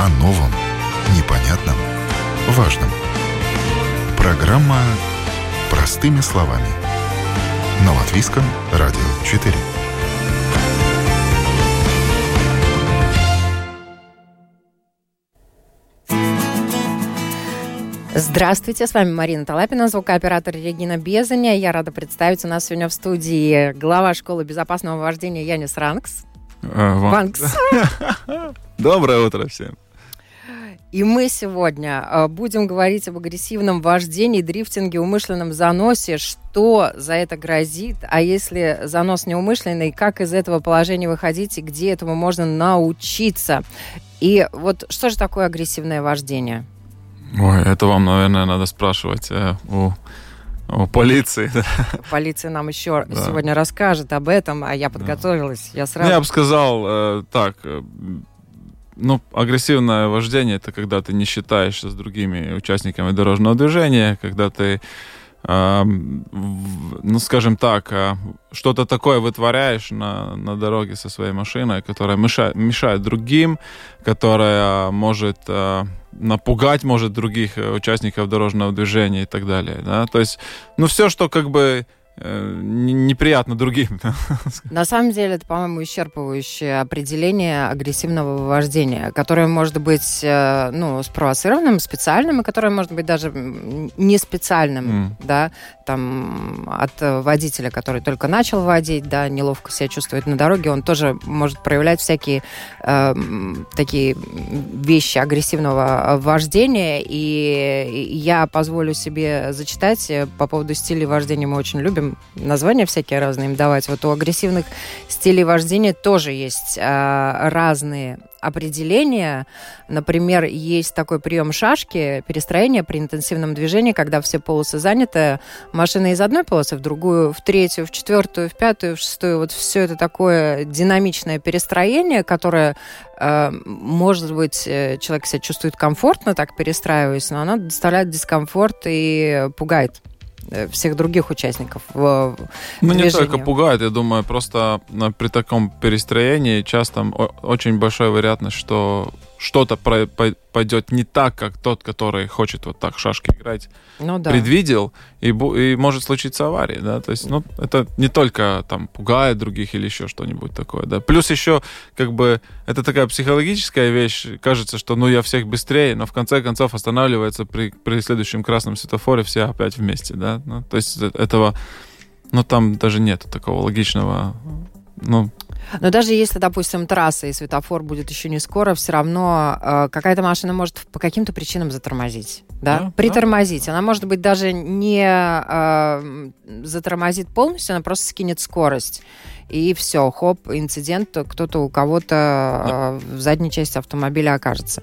О новом, непонятном, важном. Программа «Простыми словами» на Латвийском радио 4. Здравствуйте, с вами Марина Талапина, звукооператор Регина Безаня. Я рада представить, у нас сегодня в студии глава школы безопасного вождения Янис Ранкс. Ванкс. Доброе утро всем. И мы сегодня будем говорить об агрессивном вождении, дрифтинге, умышленном заносе, что за это грозит, а если занос неумышленный, как из этого положения выходить и где этому можно научиться. И вот что же такое агрессивное вождение? Ой, это вам, наверное, надо спрашивать у полиции. Полиция нам еще сегодня расскажет об этом, а я подготовилась. Я бы сказал так. Агрессивное вождение — это когда ты не считаешься с другими участниками дорожного движения, когда ты, скажем так, что-то такое вытворяешь на дороге со своей машиной, которая мешает другим, которая может напугать других участников дорожного движения и так далее. Да? То есть, все, что как бы неприятно другим. На самом деле, это, по-моему, исчерпывающее определение агрессивного вождения, которое может быть спровоцированным, специальным, и которое может быть даже не специальным, да, там, от водителя, который только начал водить, да, неловко себя чувствует на дороге, он тоже может проявлять всякие такие вещи агрессивного вождения, и я позволю себе зачитать по поводу стиля вождения. Мы очень любим названия всякие разные им давать. Вот у агрессивных стилей вождения тоже есть разные определения. Например, есть такой прием шашки, перестроение при интенсивном движении, когда все полосы заняты, машина из одной полосы в другую, в третью, в четвертую, в пятую, в шестую. Вот все это такое динамичное перестроение, которое, может быть, человек себя чувствует комфортно, так перестраиваясь, но оно доставляет дискомфорт и пугает всех других участников в движении. Не только пугает, я думаю, просто при таком перестроении часто очень большая вероятность, что что-то пойдет не так, как тот, который хочет вот так в шашки играть, предвидел, и может случиться авария, да, то есть, это не только там пугает других или еще что-нибудь такое, да, плюс еще, как бы, это такая психологическая вещь, кажется, что, я всех быстрее, но в конце концов останавливается при следующем красном светофоре все опять вместе, да, то есть этого, там даже нет такого логичного, Но даже если, допустим, трасса и светофор будет еще не скоро, все равно какая-то машина может по каким-то причинам затормозить, да? Притормозить. Она, может быть, даже не затормозит полностью, она просто скинет скорость. И все, хоп, инцидент, кто-то у кого-то в задней части автомобиля окажется.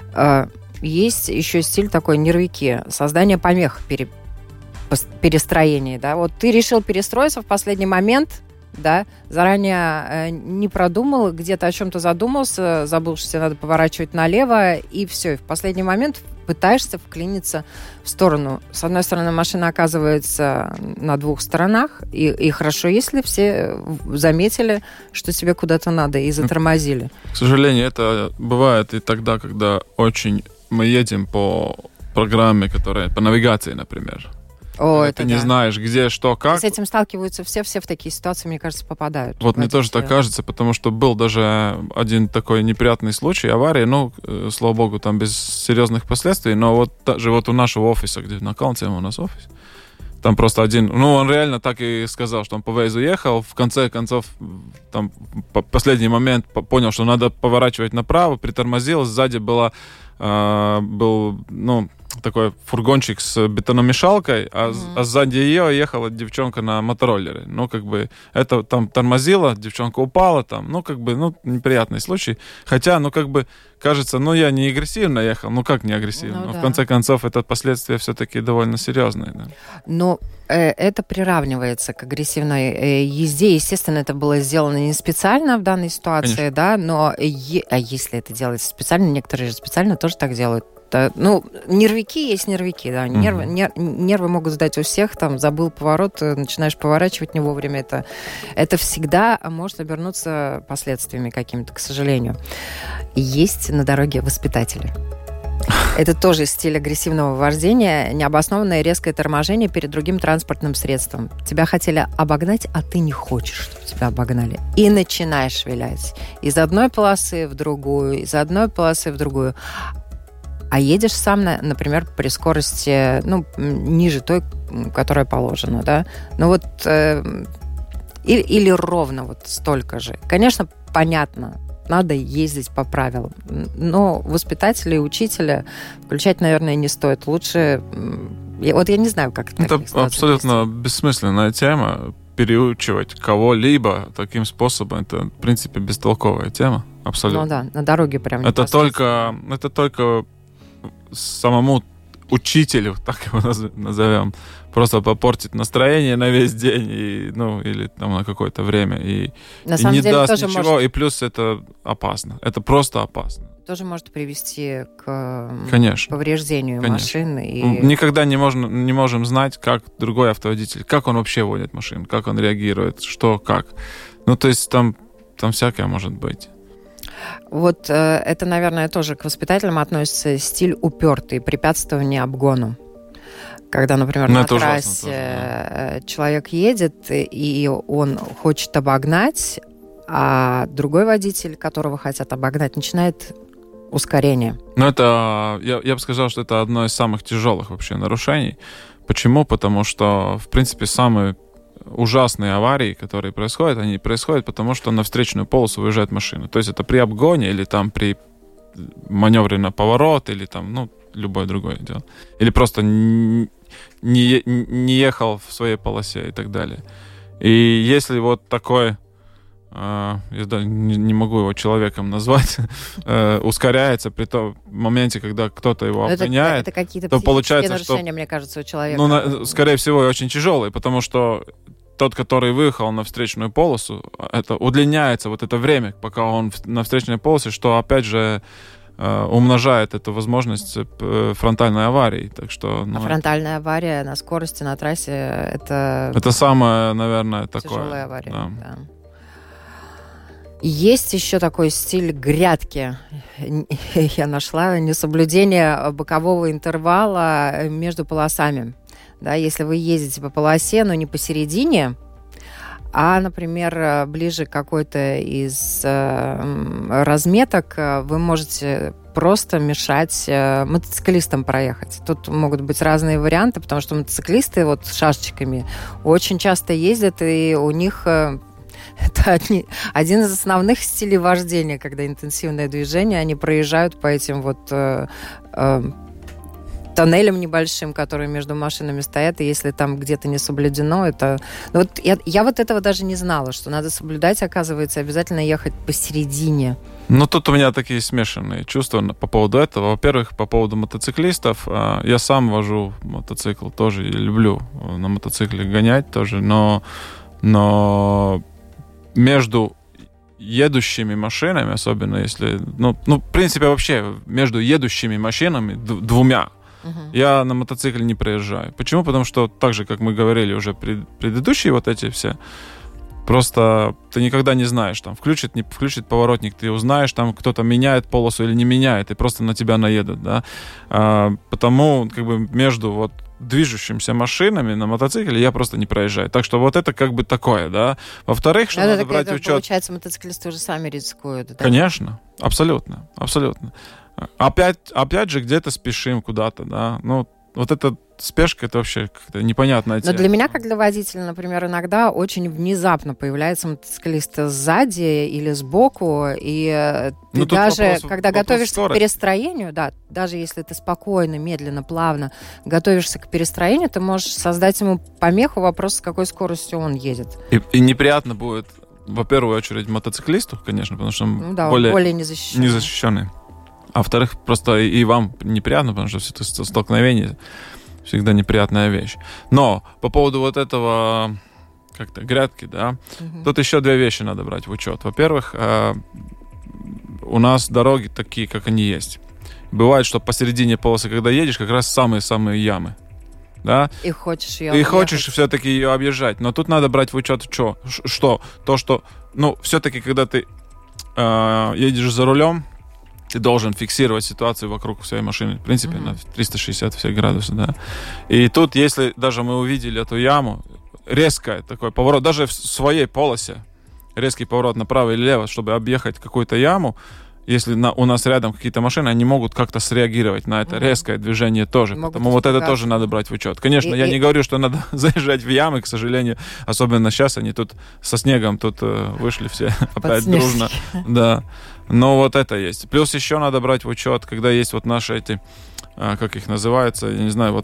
Есть еще стиль такой нервики, создание помех перестроения, да? Вот ты решил перестроиться в последний момент, да, заранее не продумал, где-то о чем-то задумался, забыл, что тебе надо поворачивать налево, и все, и в последний момент пытаешься вклиниться в сторону. С одной стороны, машина оказывается на двух сторонах, и хорошо, если все заметили, что тебе куда-то надо, и затормозили. К сожалению, это бывает и тогда, когда мы едем по программе, которая по навигации, например. Ты не знаешь, где, что, как. С этим сталкиваются все в такие ситуации, мне кажется, попадают. Вот мне тоже так кажется, потому что был даже один такой неприятный случай, авария, слава богу, там без серьезных последствий, но вот даже вот у нашего офиса, где на Калнцеме у нас офис, там просто один, он реально так и сказал, что он по Вейзу ехал, в конце концов, там, в последний момент понял, что надо поворачивать направо, притормозил, сзади был такой фургончик с бетономешалкой, а сзади ее ехала девчонка на мотороллере. Это там тормозило, девчонка упала там, неприятный случай. Хотя, кажется, я не агрессивно ехал, как не агрессивно? Но в конце концов, это последствия все-таки довольно серьезные. Да? Но это приравнивается к агрессивной езде. Естественно, это было сделано не специально в данной ситуации, конечно. Да, но если это делается специально, некоторые же специально тоже так делают. Да, ну, нервяки есть нервяки, да. Нервы могут сдать у всех, там, забыл поворот, начинаешь поворачивать не вовремя. Это всегда может обернуться последствиями какими-то, к сожалению. Есть на дороге воспитатели. Это тоже стиль агрессивного вождения, необоснованное резкое торможение перед другим транспортным средством. Тебя хотели обогнать, а ты не хочешь, чтобы тебя обогнали. И начинаешь вилять. Из одной полосы в другую, из одной полосы в другую. А едешь сам, например, при скорости, ну, ниже той, которая положена, да? Ну вот, или ровно вот столько же. Конечно, понятно, надо ездить по правилам. Но воспитателя и учителя включать, наверное, не стоит. Лучше... Вот я не знаю, как это... Это абсолютно бессмысленная тема. Переучивать кого-либо таким способом, это, в принципе, бестолковая тема. Абсолютно. Ну да, на дороге прям это только самому учителю, так его назовем, просто попортит настроение на весь день, или там на какое-то время, и не даст ничего, и плюс это опасно. Это просто опасно. Тоже может привести к повреждению машины. И... Никогда не можем знать, как другой автоводитель, как он вообще водит машину, как он реагирует, что, как. Ну, то есть там всякое может быть. Вот это, наверное, тоже к воспитателям относится стиль упертый, препятствование обгону. Когда, например, на трассе тоже, человек едет, и он хочет обогнать, а другой водитель, которого хотят обогнать, начинает ускорение. Ну, это, я бы сказал, что это одно из самых тяжелых вообще нарушений. Почему? Потому что, в принципе, самые ужасные аварии, которые происходят, они происходят потому, что на встречную полосу выезжает машина. То есть это при обгоне или там при маневре на поворот, или там, любое другое дело. Или просто не ехал в своей полосе и так далее. И если вот такой, я не могу его человеком назвать, ускоряется при том моменте, когда кто-то его обгоняет, это какие-то то получается, нарушения, мне кажется, у человека. Скорее всего, очень тяжелые, потому что тот, который выехал на встречную полосу, это удлиняется вот это время, пока он на встречной полосе, что, опять же, умножает эту возможность фронтальной аварии. Так что, фронтальная авария на скорости, на трассе, это... Это самое, наверное, такое. Тяжелая авария, да. Есть еще такой стиль грядки. Я нашла несоблюдение бокового интервала между полосами. Да, если вы ездите по полосе, но не посередине, а, например, ближе к какой-то из разметок, вы можете просто мешать мотоциклистам проехать. Тут могут быть разные варианты, потому что мотоциклисты вот с шашечками очень часто ездят, и у них... Это один из основных стилей вождения, когда интенсивное движение, они проезжают по этим вот тоннелям небольшим, которые между машинами стоят, и если там где-то не соблюдено, это... Ну, вот я вот этого даже не знала, что надо соблюдать, оказывается, обязательно ехать посередине. Ну, тут у меня такие смешанные чувства по поводу этого. Во-первых, по поводу мотоциклистов. Я сам вожу мотоцикл тоже, и люблю на мотоцикле гонять тоже, но между едущими машинами, особенно если... в принципе, вообще между едущими машинами двумя, я на мотоцикле не проезжаю. Почему? Потому что, так же, как мы говорили уже предыдущие вот эти все, просто ты никогда не знаешь, там, включит, не включит поворотник, ты узнаешь, там, кто-то меняет полосу или не меняет, и просто на тебя наедут, да. Потому, как бы, между вот движущимися машинами на мотоцикле я просто не проезжаю. Так что вот это как бы такое, да. Во-вторых, что надо брать в учет... Получается, мотоциклисты уже сами рискуют. Да? Конечно, абсолютно. Опять же, где-то спешим куда-то, да. Вот эта спешка, это вообще как-то непонятная тема. Но для меня, как для водителя, например, иногда очень внезапно появляется мотоциклист сзади или сбоку, и ты даже, когда готовишься к перестроению, да, даже если ты спокойно, медленно, плавно готовишься к перестроению, ты можешь создать ему помеху, вопрос, с какой скоростью он едет. И неприятно будет, во первую очередь, мотоциклисту, конечно, потому что он более незащищенный. А во-вторых, просто и вам неприятно, потому что все это столкновение всегда неприятная вещь. Но по поводу вот этого как-то грядки, да, тут еще две вещи надо брать в учет. Во-первых, у нас дороги такие, как они есть. Бывает, что посередине полосы, когда едешь, как раз самые-самые ямы. Да? И хочешь ее объехать. И хочешь все-таки ее объезжать. Но тут надо брать в учет, что все-таки, когда ты едешь за рулем, ты должен фиксировать ситуацию вокруг своей машины. В принципе, на 360 всех градусов, да. И тут, если даже мы увидели эту яму, резкий такой поворот, даже в своей полосе, резкий поворот направо или лево, чтобы объехать какую-то яму, если у нас рядом какие-то машины, они могут как-то среагировать на это резкое движение тоже. Поэтому вот это тоже надо брать в учет. Конечно, я не говорю, что надо заезжать в ямы, к сожалению. Особенно сейчас они тут со снегом тут вышли все опять дружно. Да. Но вот это есть. Плюс еще надо брать в учет, когда есть вот наши эти, как их называется, я не знаю, вот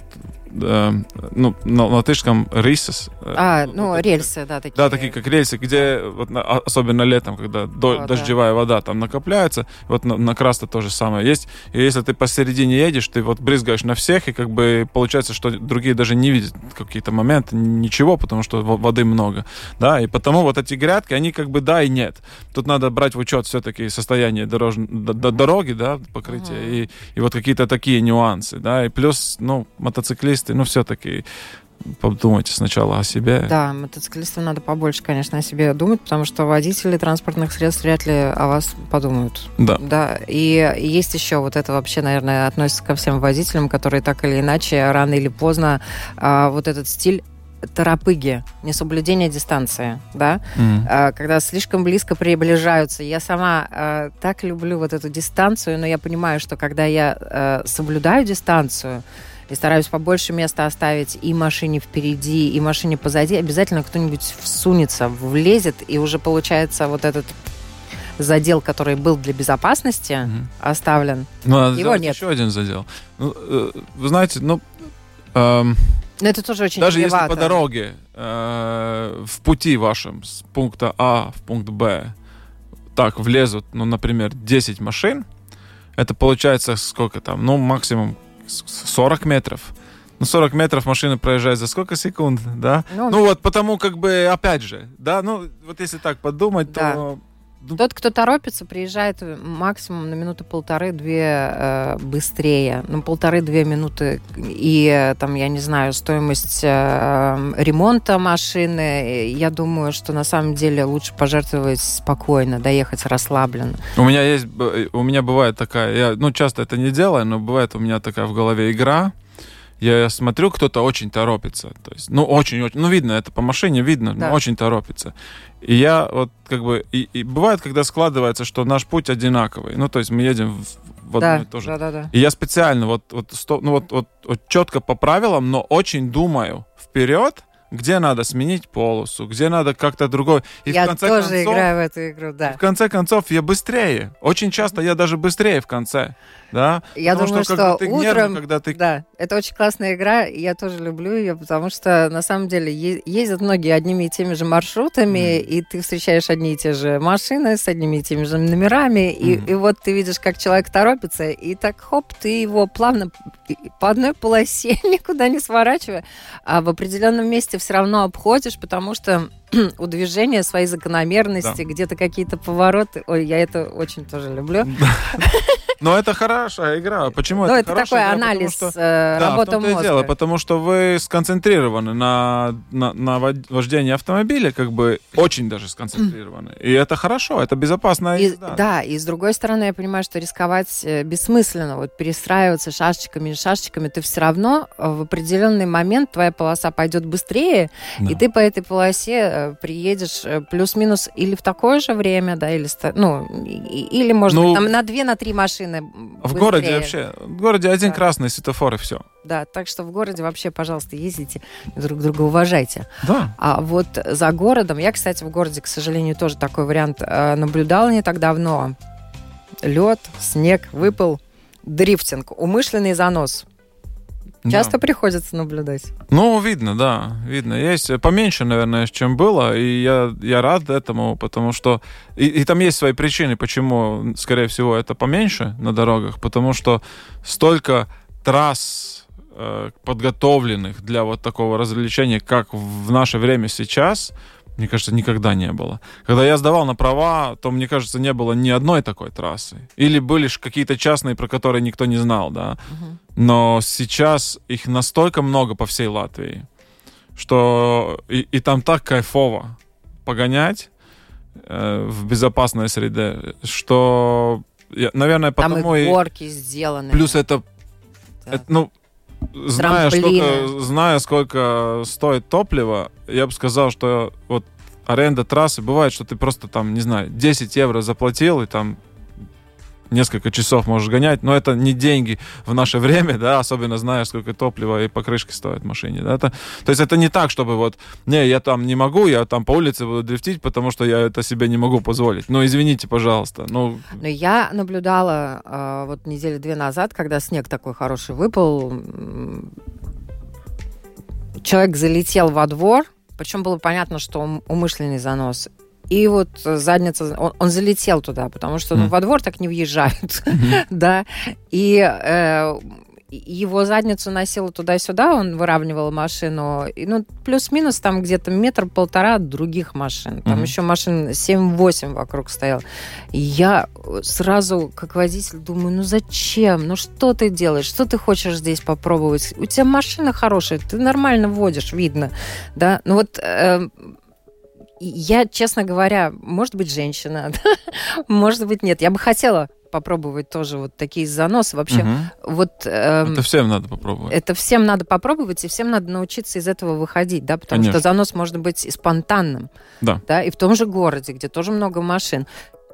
на латышском рейсес. Рельсы, да, такие. Да, такие как рельсы, где вот, особенно летом, когда дождевая вода там накопляется, вот на Красто то же самое есть. И если ты посередине едешь, ты вот брызгаешь на всех, и как бы получается, что другие даже не видят какие-то моменты, ничего, потому что воды много. Да, и потому вот эти грядки, они как бы да и нет. Тут надо брать в учет все-таки состояние дороги, да, покрытия, и вот какие-то такие нюансы, да, и плюс, мотоциклисты, все-таки подумайте сначала о себе. Да, мотоциклистам надо побольше, конечно, о себе думать, потому что водители транспортных средств вряд ли о вас подумают. Да. И есть еще вот это вообще, наверное, относится ко всем водителям, которые так или иначе, рано или поздно, вот этот стиль торопыги, несоблюдение дистанции, да, когда слишком близко приближаются. Я сама так люблю вот эту дистанцию, но я понимаю, что когда я соблюдаю дистанцию и стараюсь побольше места оставить и машине впереди, и машине позади, обязательно кто-нибудь всунется, влезет, и уже получается вот этот задел, который был для безопасности, оставлен. Его нет. Еще один задел. Вы знаете, но это тоже очень даже чревато. Если по дороге в пути вашем с пункта А в пункт Б так влезут, например, 10 машин, это получается сколько там? Максимум 40 метров. 40 метров машина проезжает за сколько секунд, да? Вот потому как бы, опять же, да, вот если так подумать, то... Тот, кто торопится, приезжает максимум на минуту 1,5-2 быстрее. 1,5-2 минуты. И там, я не знаю, стоимость ремонта машины. Я думаю, что на самом деле лучше пожертвовать спокойно, доехать расслабленно. У меня бывает такая, я часто это не делаю, но бывает у меня такая в голове игра. Я смотрю, кто-то очень торопится. То есть, очень-очень, видно, это по машине видно, но очень торопится. И я вот как бы... И бывает, когда складывается, что наш путь одинаковый. То есть мы едем в одно и то же. Да. И я специально четко по правилам, но очень думаю вперед, где надо сменить полосу, где надо как-то другое. И я тоже играю в эту игру, да. В конце концов, я быстрее. Очень часто я даже быстрее в конце. Да? Я думаю, что утром... Когда ты... Да, это очень классная игра, и я тоже люблю ее, потому что, на самом деле, ездят многие одними и теми же маршрутами, и ты встречаешь одни и те же машины с одними и теми же номерами, и вот ты видишь, как человек торопится, и так, хоп, ты его плавно по одной полосе, никуда не сворачивая, а в определенном месте все равно обходишь, потому что у движения свои закономерности, где-то какие-то повороты. Ой, я это очень тоже люблю. Но это хорошая игра. Почему это хорошая такой игра? Анализ работы мозга. Дело, потому что вы сконцентрированы на вождении автомобиля, как бы очень даже сконцентрированы. И это хорошо, это безопасная езда. Да, и с другой стороны, я понимаю, что рисковать бессмысленно. Вот перестраиваться шашечками, ты все равно в определенный момент твоя полоса пойдет быстрее, и ты по этой полосе приедешь плюс-минус или в такое же время, да, или может быть, там на 2-3 машины в городе вообще, в городе один красный светофор и все. Да, так что в городе вообще, пожалуйста, ездите, друг друга уважайте. Да. А вот за городом, я, кстати, в городе, к сожалению, тоже такой вариант наблюдала не так давно. Лед, снег, выпал, дрифтинг, умышленный занос. Часто приходится наблюдать? Видно, да, видно. Есть поменьше, наверное, чем было, и я рад этому, потому что... И там есть свои причины, почему, скорее всего, это поменьше на дорогах, потому что столько трасс подготовленных для вот такого развлечения, как в наше время сейчас, Мне кажется, никогда не было. Когда я сдавал на права, то, мне кажется, не было ни одной такой трассы. Или были какие-то частные, про которые никто не знал, да. Но сейчас их настолько много по всей Латвии, что и там так кайфово погонять в безопасной среде, что, наверное, потому там и горки сделаны. Плюс это ну, зная, сколько стоит топливо, я бы сказал, что вот аренда трассы, бывает, что ты просто там, не знаю, 10 евро заплатил, и там несколько часов можешь гонять, но это не деньги в наше время, да, особенно зная, сколько топлива и покрышки стоят в машине, да. То есть это не так, чтобы вот, я там не могу, я там по улице буду дрифтить, потому что я это себе не могу позволить. Ну, извините, пожалуйста. Но я наблюдала вот недели 2 назад, когда снег такой хороший выпал, человек залетел во двор, причем было понятно, что умышленный занос. И вот задница, он залетел туда, потому что во двор так не въезжают, да, и его задницу носило туда-сюда, он выравнивал машину, и, плюс-минус там где-то 1-1,5 других машин, там еще машин 7-8 вокруг стоял. И я сразу, как водитель, думаю, зачем, что ты делаешь, что ты хочешь здесь попробовать, у тебя машина хорошая, ты нормально водишь, видно, да, я, честно говоря, может быть, женщина, может быть, нет. Я бы хотела попробовать тоже вот такие заносы. Вообще, это всем надо попробовать. Это всем надо попробовать, и всем надо научиться из этого выходить, да, потому что занос может быть и спонтанным. Да, и в том же городе, где тоже много машин.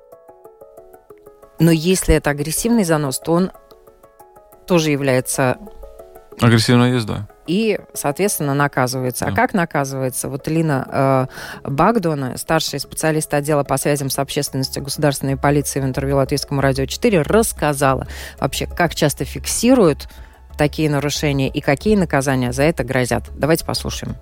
Но если это агрессивный занос, то он тоже является... Агрессивная езда. И, соответственно, наказывается. А как наказывается? Вот Лина Багдона, старший специалист отдела по связям с общественностью государственной полиции в интервью Латвийскому радио 4, рассказала вообще, как часто фиксируют такие нарушения и какие наказания за это грозят. Давайте послушаем.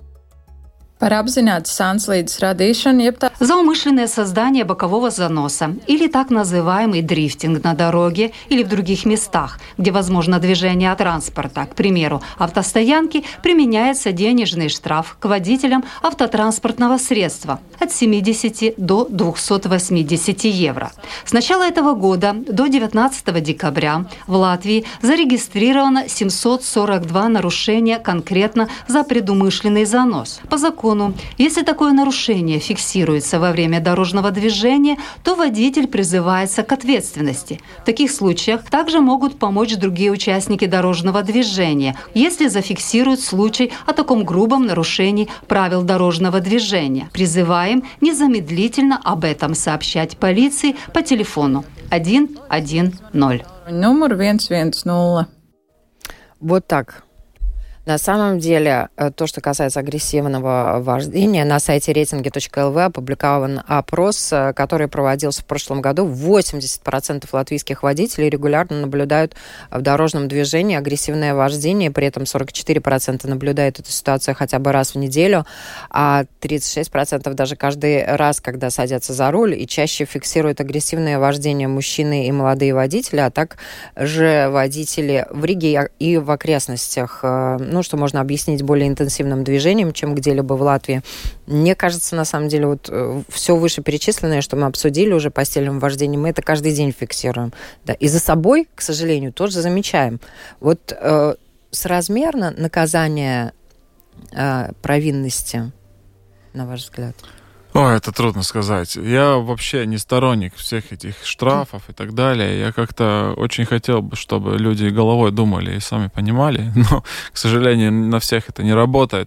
За умышленное создание бокового заноса или так называемый дрифтинг на дороге или в других местах, где возможно движение транспорта, к примеру, автостоянки, применяется денежный штраф к водителям автотранспортного средства от 70 до 280 евро. С начала этого года до 19 декабря в Латвии зарегистрировано 742 нарушения конкретно за предумышленный занос. По закону, если такое нарушение фиксируется во время дорожного движения, то водитель призывается к ответственности. В таких случаях также могут помочь другие участники дорожного движения, если зафиксируют случай о таком грубом нарушении правил дорожного движения. Призываем незамедлительно об этом сообщать полиции по телефону 110. Номер 110. Вот так. На самом деле, то, что касается агрессивного вождения, на сайте рейтинги.лв опубликован опрос, который проводился в прошлом году. 80% латвийских водителей регулярно наблюдают в дорожном движении агрессивное вождение, при этом 44% наблюдают эту ситуацию хотя бы раз в неделю, а 36% даже каждый раз, когда садятся за руль, и чаще фиксируют агрессивное вождение мужчины и молодые водители, а также водители в Риге и в окрестностях, что можно объяснить более интенсивным движением, чем где-либо в Латвии. Мне кажется, на самом деле, вот все вышеперечисленное, что мы обсудили уже по стильному вождению, мы это каждый день фиксируем. Да. И за собой, к сожалению, тоже замечаем. Вот соразмерно наказание провинности, на ваш взгляд? Это трудно сказать. Я вообще не сторонник всех этих штрафов и так далее. Я как-то очень хотел бы, чтобы люди головой думали и сами понимали, но, к сожалению, на всех это не работает.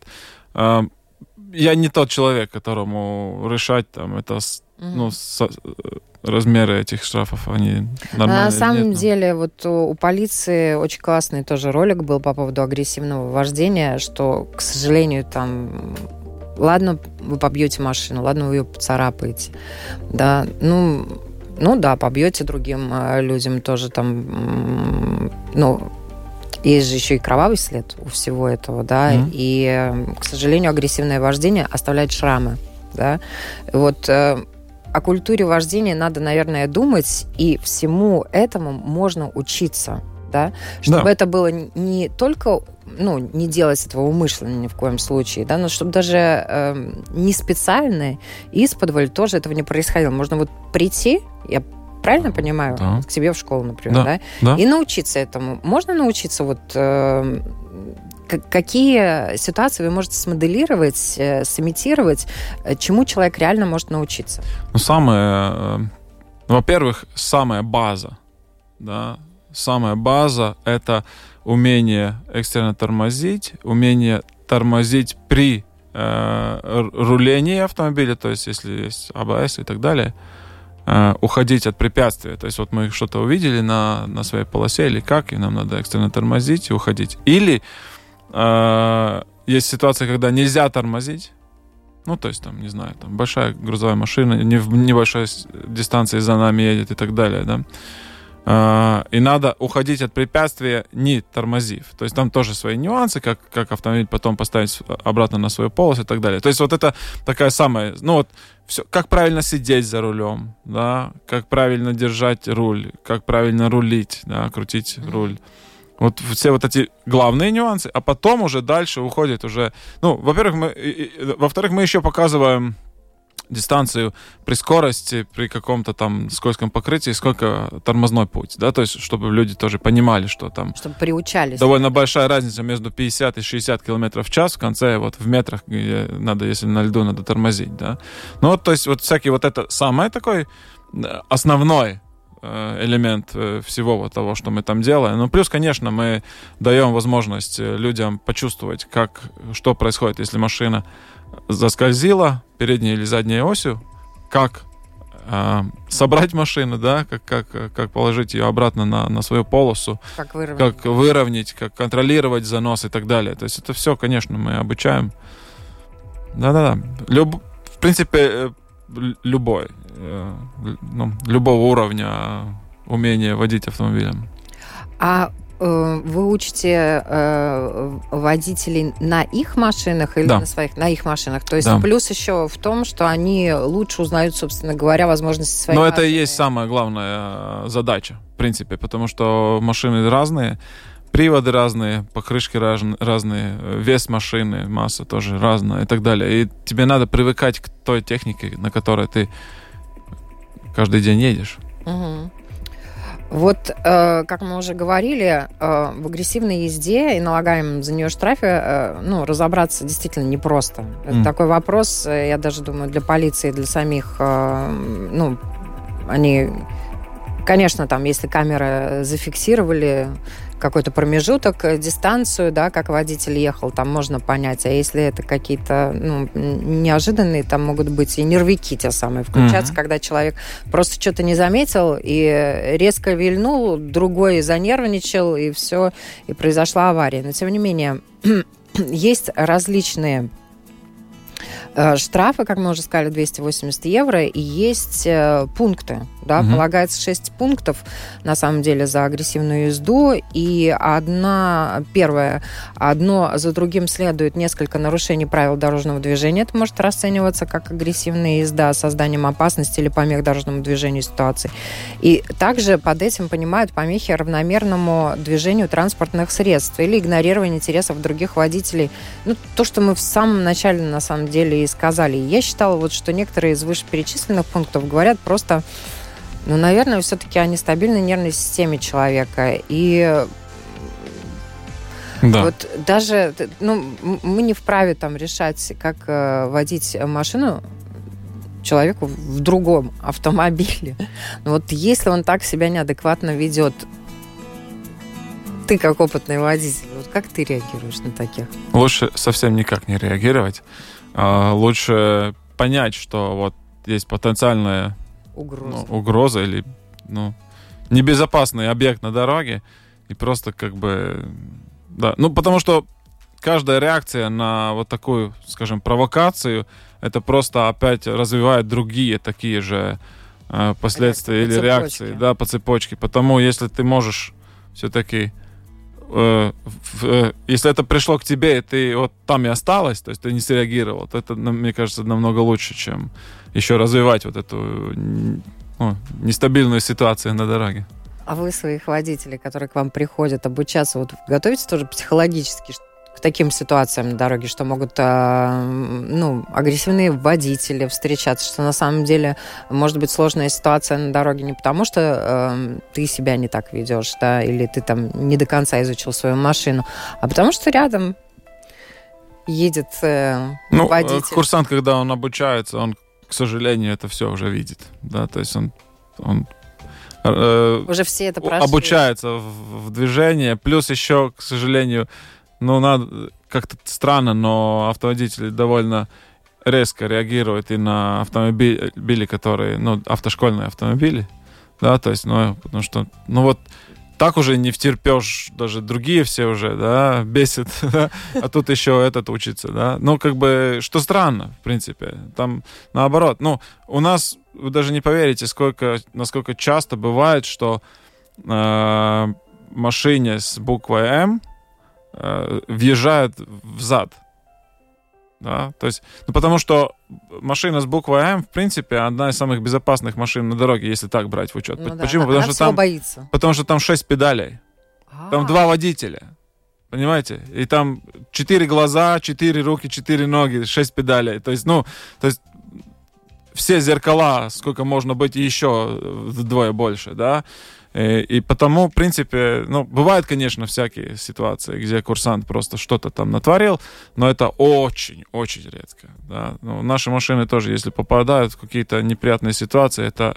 Я не тот человек, которому решать размеры этих штрафов, они нормальные. На самом деле, вот у полиции очень классный тоже ролик был по поводу агрессивного вождения, что, к сожалению, ладно, вы побьете машину, ладно, вы ее поцарапаете, да, да, побьете другим людям тоже есть же еще и кровавый след у всего этого, да, и, к сожалению, агрессивное вождение оставляет шрамы, да, вот о культуре вождения надо, наверное, думать, и всему этому можно учиться, да, чтобы это было не только не делать этого умышленно ни в коем случае, да, но чтобы даже не специально, исподволь тоже этого не происходило. Можно вот прийти, я правильно понимаю, Да. к тебе в школу, например, Да. и научиться этому. Можно научиться вот... Какие ситуации вы можете смоделировать, сымитировать, чему человек реально может научиться? Во-первых, самая база, да, самая база – это умение экстренно тормозить, умение тормозить при рулении автомобиля, то есть если есть АБС и так далее, уходить от препятствия. То есть вот мы что-то увидели на своей полосе или как, и нам надо экстренно тормозить и уходить. Или есть ситуация, когда нельзя тормозить. То есть, там, не знаю, там большая грузовая машина, не в небольшой дистанции за нами едет и так далее, да. И надо уходить от препятствия, не тормозив. То есть там тоже свои нюансы, как автомобиль потом поставить обратно на свою полосу и так далее. То есть вот это такая самая... все, как правильно сидеть за рулем, да, как правильно держать руль, как правильно рулить, да, крутить руль. Вот все вот эти главные нюансы, а потом уже дальше уходит уже... во-первых, мы еще показываем дистанцию при скорости, при каком-то там скользком покрытии, сколько тормозной путь, да, то есть чтобы люди тоже понимали, что там... Чтобы приучались. Довольно большая разница между 50 и 60 километров в час в конце, вот в метрах, где надо, если на льду, надо тормозить, да. То есть вот всякий вот это самый такой основной элемент всего вот того, что мы там делаем. Плюс, конечно, мы даем возможность людям почувствовать, что происходит, если машина заскользила передней или задней осью, как собрать машину, да, как положить ее обратно на свою полосу, как выровнять, как контролировать занос и так далее. То есть это все, конечно, мы обучаем. Да-да-да. В принципе, любого уровня умения водить автомобилем. А вы учите водителей на их машинах или да. на своих? На их машинах. То есть да. Плюс еще в том, что они лучше узнают, собственно говоря, возможности своей машины. Но это и есть самая главная задача, в принципе, потому что машины разные, приводы разные, покрышки разные, вес машины, масса тоже разная и так далее. И тебе надо привыкать к той технике, на которой ты каждый день едешь. Угу. Вот, как мы уже говорили, в агрессивной езде и налагаемом за нее штрафе, разобраться действительно непросто. Это такой вопрос, я даже думаю, для полиции, для самих, они, конечно, там, если камеры зафиксировали какой-то промежуток, дистанцию, да, как водитель ехал, там можно понять. А если это какие-то неожиданные, там могут быть и нервики те самые включаться, когда человек просто что-то не заметил и резко вильнул, другой занервничал, и все, и произошла авария. Но, тем не менее, есть различные штрафы, как мы уже сказали, 280 евро, и есть пункты. Да, полагается 6 пунктов, на самом деле, за агрессивную езду, и одно за другим следует несколько нарушений правил дорожного движения. Это может расцениваться как агрессивная езда с созданием опасности или помех дорожному движению ситуации. И также под этим понимают помехи равномерному движению транспортных средств или игнорирование интересов других водителей. То, что мы в самом начале, на самом деле, и сказали. Я считала, что некоторые из вышеперечисленных пунктов говорят просто... наверное, все-таки о нестабильной нервной системе человека. И вот даже мы не вправе там решать, как водить машину человеку в другом автомобиле. Но вот если он так себя неадекватно ведет, ты как опытный водитель, вот как ты реагируешь на таких? Лучше совсем никак не реагировать. Лучше понять, что вот есть потенциальная угроза или небезопасный объект на дороге, и просто потому что каждая реакция на вот такую, скажем, провокацию, это просто опять развивает другие такие же последствия или реакции, да, по цепочке. Потому если ты можешь все-таки если это пришло к тебе, и ты вот там и осталась, то есть ты не среагировал, то это, мне кажется, намного лучше, чем еще развивать вот эту нестабильную ситуацию на дороге. А вы своих водителей, которые к вам приходят обучаться, вот готовите тоже психологически к таким ситуациям на дороге, что могут агрессивные водители встречаться, что на самом деле может быть сложная ситуация на дороге не потому, что ты себя не так ведешь, да, или ты там не до конца изучил свою машину, а потому что рядом едет водитель. Курсант, когда он обучается, он, к сожалению, это все уже видит, да, то есть он уже все это прошли. Обучается в движении, плюс еще, к сожалению, надо как-то странно, но автоводители довольно резко реагируют и на автомобили, которые, автошкольные автомобили, да, то есть, потому что, так уже не втерпешь, даже другие все уже, да, бесит, да, а тут еще этот учится, да. Что странно, в принципе, там наоборот. У нас, вы даже не поверите, насколько часто бывает, что машине с буквой «М» въезжают в зад. Да? То есть, потому что машина с буквой «М», в принципе, одна из самых безопасных машин на дороге, если так брать в учет. Почему? Потому что там 6 педалей. Там 2 водителя. Понимаете? И там 4 глаза, 4 руки, 4 ноги, 6 педалей. То есть, все зеркала, сколько можно быть, и еще вдвое больше, да? И потому, в принципе, бывают, конечно, всякие ситуации, где курсант просто что-то там натворил, но это очень-очень редко. Да? Наши машины тоже, если попадают в какие-то неприятные ситуации, это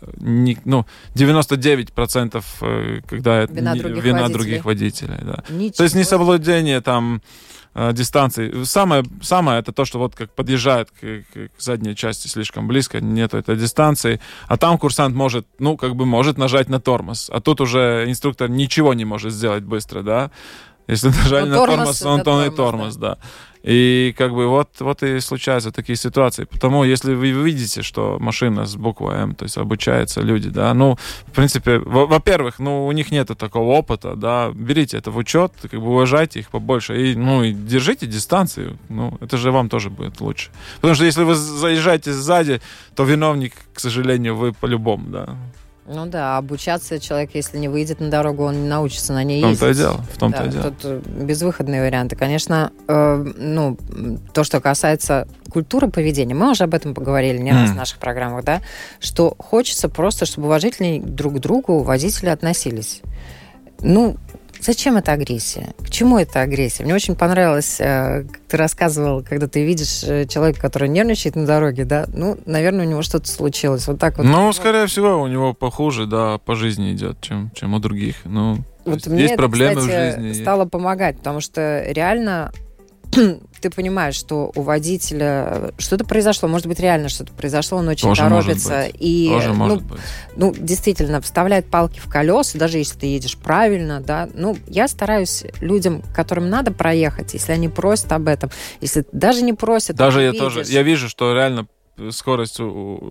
99%, когда это вина других водителей. Да. То есть несоблюдение там дистанции. Самое это то, что как подъезжает к задней части слишком близко, нету этой дистанции, а там курсант может, может нажать на тормоз, а тут уже инструктор ничего не может сделать быстро, да. Если нажали на тормоз, он и тормоз, да. И вот и случаются такие ситуации. Потому, если вы видите, что машина с буквой «М», то есть обучаются люди, да, в принципе, во-первых, у них нет такого опыта, да, берите это в учет, уважайте их побольше и держите дистанцию, это же вам тоже будет лучше. Потому что если вы заезжаете сзади, то виновник, к сожалению, вы по-любому, да. Обучаться человек, если не выйдет на дорогу, он не научится на ней ездить. В том-то и дело. Тут безвыходные варианты. Конечно, то, что касается культуры поведения, мы уже об этом поговорили не раз в наших программах, да, что хочется просто, чтобы уважительнее друг к другу водители относились. Зачем эта агрессия? К чему эта агрессия? Мне очень понравилось, как ты рассказывал, когда ты видишь человека, который нервничает на дороге, да, наверное, у него что-то случилось. Вот так вот. Скорее всего, у него похуже, да, по жизни идет, чем у других. Вот мне есть проблемы, кстати, в жизни. Стало помогать, потому что реально ты понимаешь, что у водителя что-то произошло, может быть, реально что-то произошло, он очень тоже торопится. И, может быть. Действительно, вставляет палки в колеса, даже если ты едешь правильно, да. Я стараюсь людям, которым надо проехать, если они просят об этом, если даже не просят, даже я вижу, что реально скорость,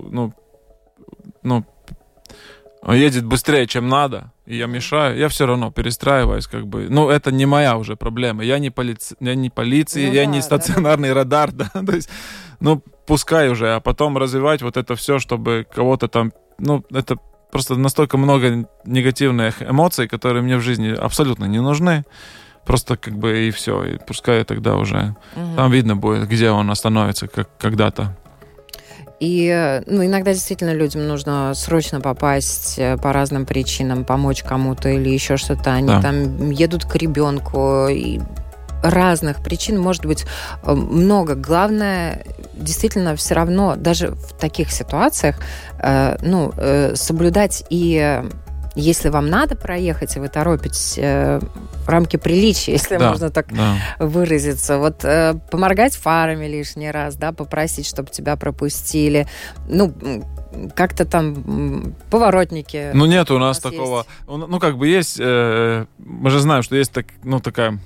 едет быстрее, чем надо, и я мешаю, я все равно перестраиваюсь, это не моя уже проблема. Я не полиция, я не стационарный радар, да, то есть, пускай уже, а потом развивать вот это все, чтобы кого-то там, это просто настолько много негативных эмоций, которые мне в жизни абсолютно не нужны. Просто и все, и пускай тогда уже там видно будет, где он остановится когда-то. И иногда действительно людям нужно срочно попасть по разным причинам, помочь кому-то или еще что-то. Они там едут к ребенку. И разных причин может быть много. Главное, действительно, все равно даже в таких ситуациях соблюдать и... Если вам надо проехать, и вы торопитесь, в рамки приличия, если можно так выразиться, поморгать фарами лишний раз, да, попросить, чтобы тебя пропустили, как-то там поворотники. Нет у нас такого. Есть, мы же знаем, что есть такая...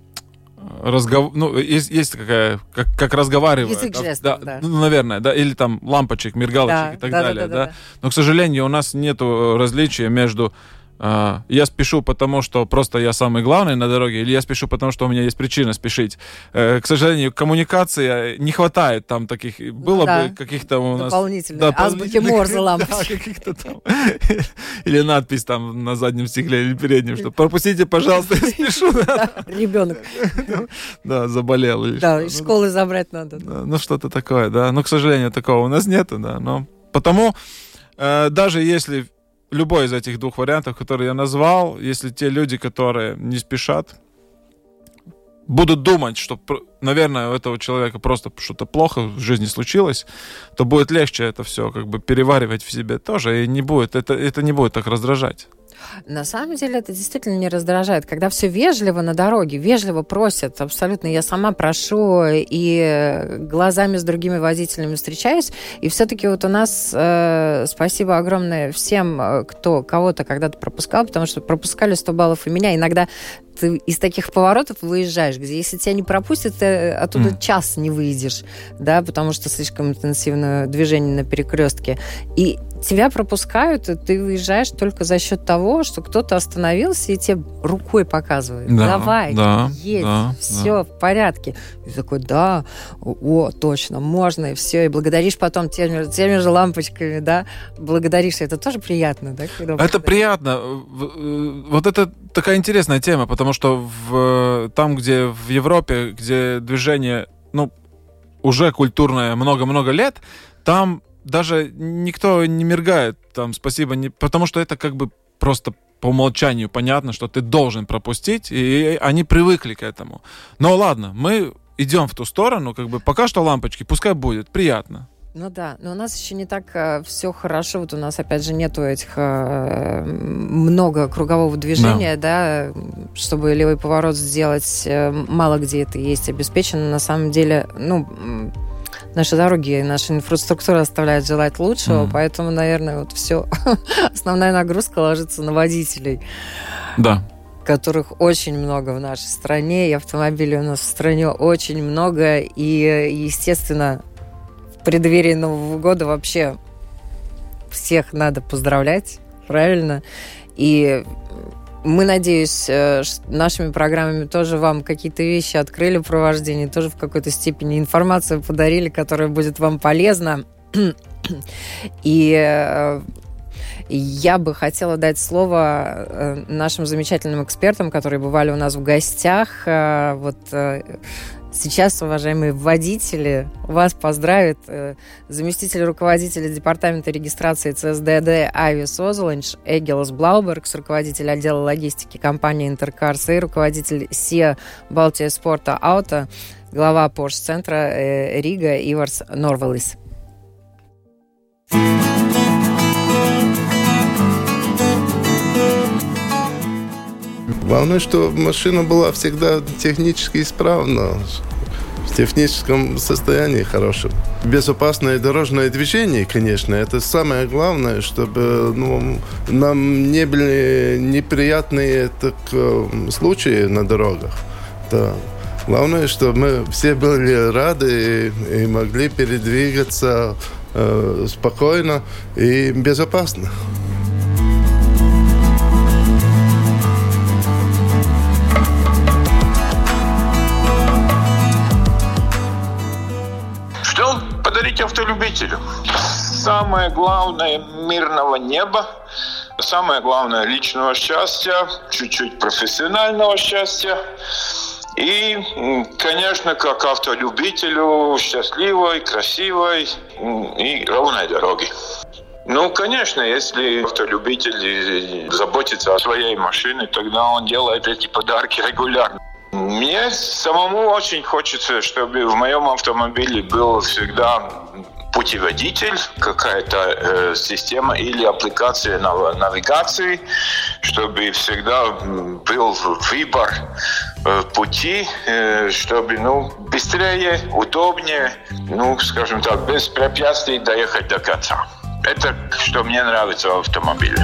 есть такая, как разговаривают. Язык жестов, да. Наверное, да, или там лампочек, мигалочек и так далее, да. Но, к сожалению, у нас нет различия между я спешу, потому что просто я самый главный на дороге, или я спешу, потому что у меня есть причина спешить. К сожалению, коммуникации не хватает там таких. Было бы каких-то у нас... Дополнительные. Азбуки Морзе лампочки. Каких-то там. Или надпись там на заднем стекле или переднем, что пропустите, пожалуйста, я спешу. Ребенок. Да, заболел. Да, из школы забрать надо. Ну, что-то такое, да. Но, к сожалению, такого у нас нету, да. Но потому даже если любой из этих двух вариантов, которые я назвал, если те люди, которые не спешат, будут думать, что, наверное, у этого человека просто что-то плохо в жизни случилось, то будет легче это все как бы переваривать в себе тоже, и не будет, это не будет так раздражать. На самом деле это действительно не раздражает. Когда все вежливо на дороге, вежливо просят, абсолютно, я сама прошу и глазами с другими водителями встречаюсь, и все-таки вот у нас спасибо огромное всем, кто кого-то когда-то пропускал, потому что пропускали 100 баллов и меня. Иногда ты из таких поворотов выезжаешь, где если тебя не пропустят, ты оттуда час не выйдешь, да, потому что слишком интенсивное движение на перекрестке. И тебя пропускают, и ты выезжаешь только за счет того, что кто-то остановился и тебе рукой показывает. Да, давай, да, едь, да, все в порядке. И такой, да, точно, можно, и все. И благодаришь потом теми же лампочками, да, благодаришь. Это тоже приятно, да? Это приятно. Вот это такая интересная тема, потому что там, где в Европе, где движение, уже культурное много-много лет, там даже никто не мигает, там, спасибо, потому что это как бы просто по умолчанию понятно, что ты должен пропустить, и они привыкли к этому. Но ладно, мы идем в ту сторону, как бы пока что лампочки, пускай будет, приятно. Ну да, но у нас еще не так все хорошо. Вот у нас, опять же, нету этих много кругового движения, да, чтобы левый поворот сделать, мало где это есть обеспечено. На самом деле, наши дороги, наша инфраструктура оставляет желать лучшего, поэтому, наверное, вот все, основная нагрузка ложится на водителей. Да. Которых очень много в нашей стране, и автомобилей у нас в стране очень много, и, естественно, в преддверии Нового года вообще всех надо поздравлять, правильно? И мы, надеюсь, нашими программами тоже вам какие-то вещи открыли про вождение, тоже в какой-то степени информацию подарили, которая будет вам полезна. И я бы хотела дать слово нашим замечательным экспертам, которые бывали у нас в гостях. Вот сейчас, уважаемые водители, вас поздравит заместитель руководителя департамента регистрации ЦСДД Айвис Озоланч Эгилас Блаубергс, руководитель отдела логистики компании Интеркарс и руководитель СИА Балтия Спорта Ауто, глава Porsche-центра Рига Иварс Норвелис. Главное, что машина была всегда технически исправна, в техническом состоянии хорошем. Безопасное дорожное движение, конечно, это самое главное, чтобы нам не были неприятные случаи на дорогах. Да. Главное, что мы все были рады и могли передвигаться спокойно и безопасно. Автолюбителю. Самое главное мирного неба, самое главное личного счастья, чуть-чуть профессионального счастья и, конечно, как автолюбителю счастливой, красивой и ровной дороги. Конечно, если автолюбитель заботится о своей машине, тогда он делает эти подарки регулярно. Мне самому очень хочется, чтобы в моем автомобиле был всегда путеводитель, какая-то система или аппликация навигации, чтобы всегда был выбор пути, чтобы быстрее, удобнее, скажем так, без препятствий доехать до конца. Это что мне нравится в автомобиле.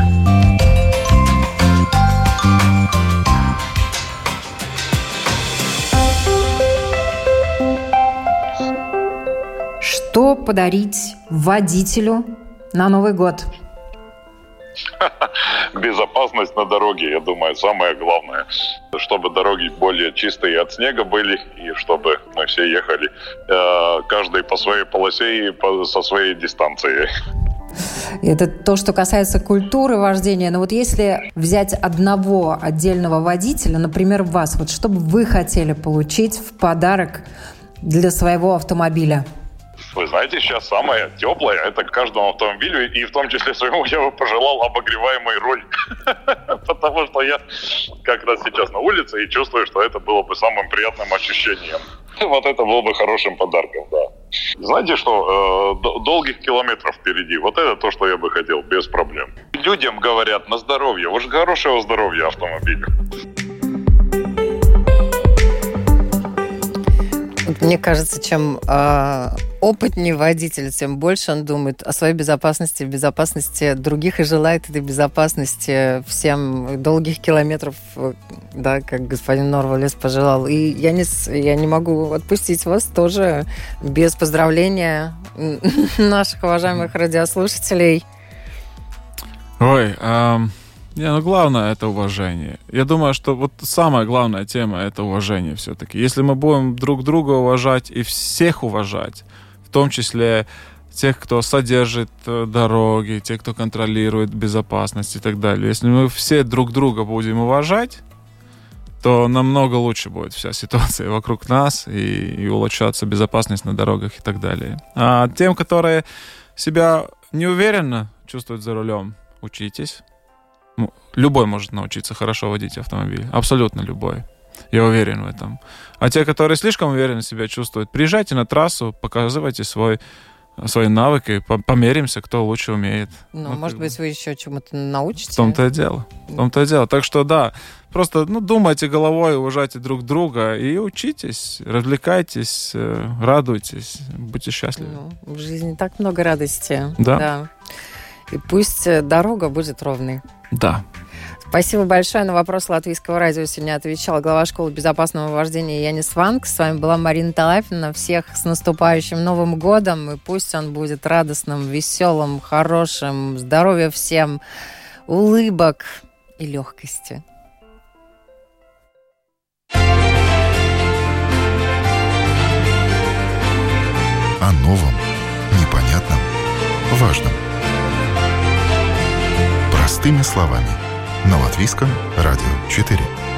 Что подарить водителю на Новый год? Безопасность на дороге, я думаю, самое главное. Чтобы дороги более чистые от снега были, и чтобы мы все ехали каждый по своей полосе и со своей дистанцией. Это то, что касается культуры вождения. Но вот если взять одного отдельного водителя, например, вас, вот что бы вы хотели получить в подарок для своего автомобиля? Вы знаете, сейчас самое теплое, это к каждому автомобилю, и в том числе своему я бы пожелал обогреваемый руль. Потому что я как раз сейчас на улице и чувствую, что это было бы самым приятным ощущением. Вот это было бы хорошим подарком, да. Знаете что, долгих километров впереди, вот это то, что я бы хотел, без проблем. Людям говорят на здоровье, уж хорошего здоровья автомобиля. Мне кажется, чем опытнее водитель, тем больше он думает о своей безопасности, безопасности других и желает этой безопасности всем долгих километров, да, как господин Норвалес пожелал. И я не могу отпустить вас тоже без поздравления наших уважаемых радиослушателей. Ой, главное это уважение. Я думаю, что вот самая главная тема это уважение все-таки. Если мы будем друг друга уважать и всех уважать, в том числе тех, кто содержит дороги, тех, кто контролирует безопасность и так далее. Если мы все друг друга будем уважать, то намного лучше будет вся ситуация вокруг нас и улучшаться безопасность на дорогах и так далее. А тем, которые себя неуверенно чувствуют за рулем, учитесь. Любой может научиться хорошо водить автомобиль. Абсолютно любой. Я уверен в этом. А те, которые слишком уверенно себя чувствуют, приезжайте на трассу, показывайте свои навыки, померимся, кто лучше умеет. Может быть, вы еще чему-то научитесь? В том-то и дело. Так что, да, просто думайте головой, уважайте друг друга и учитесь, развлекайтесь, радуйтесь, будьте счастливы. В жизни так много радости. Да. И пусть дорога будет ровной. Да. Спасибо большое. На вопрос Латвийского радио сегодня отвечала глава школы безопасного вождения Янис Ванкс. С вами была Марина Талапина. Всех с наступающим Новым годом. И пусть он будет радостным, веселым, хорошим. Здоровья всем, улыбок и легкости. О новом, непонятном, важном. Простыми словами. На Латвийском радио 4.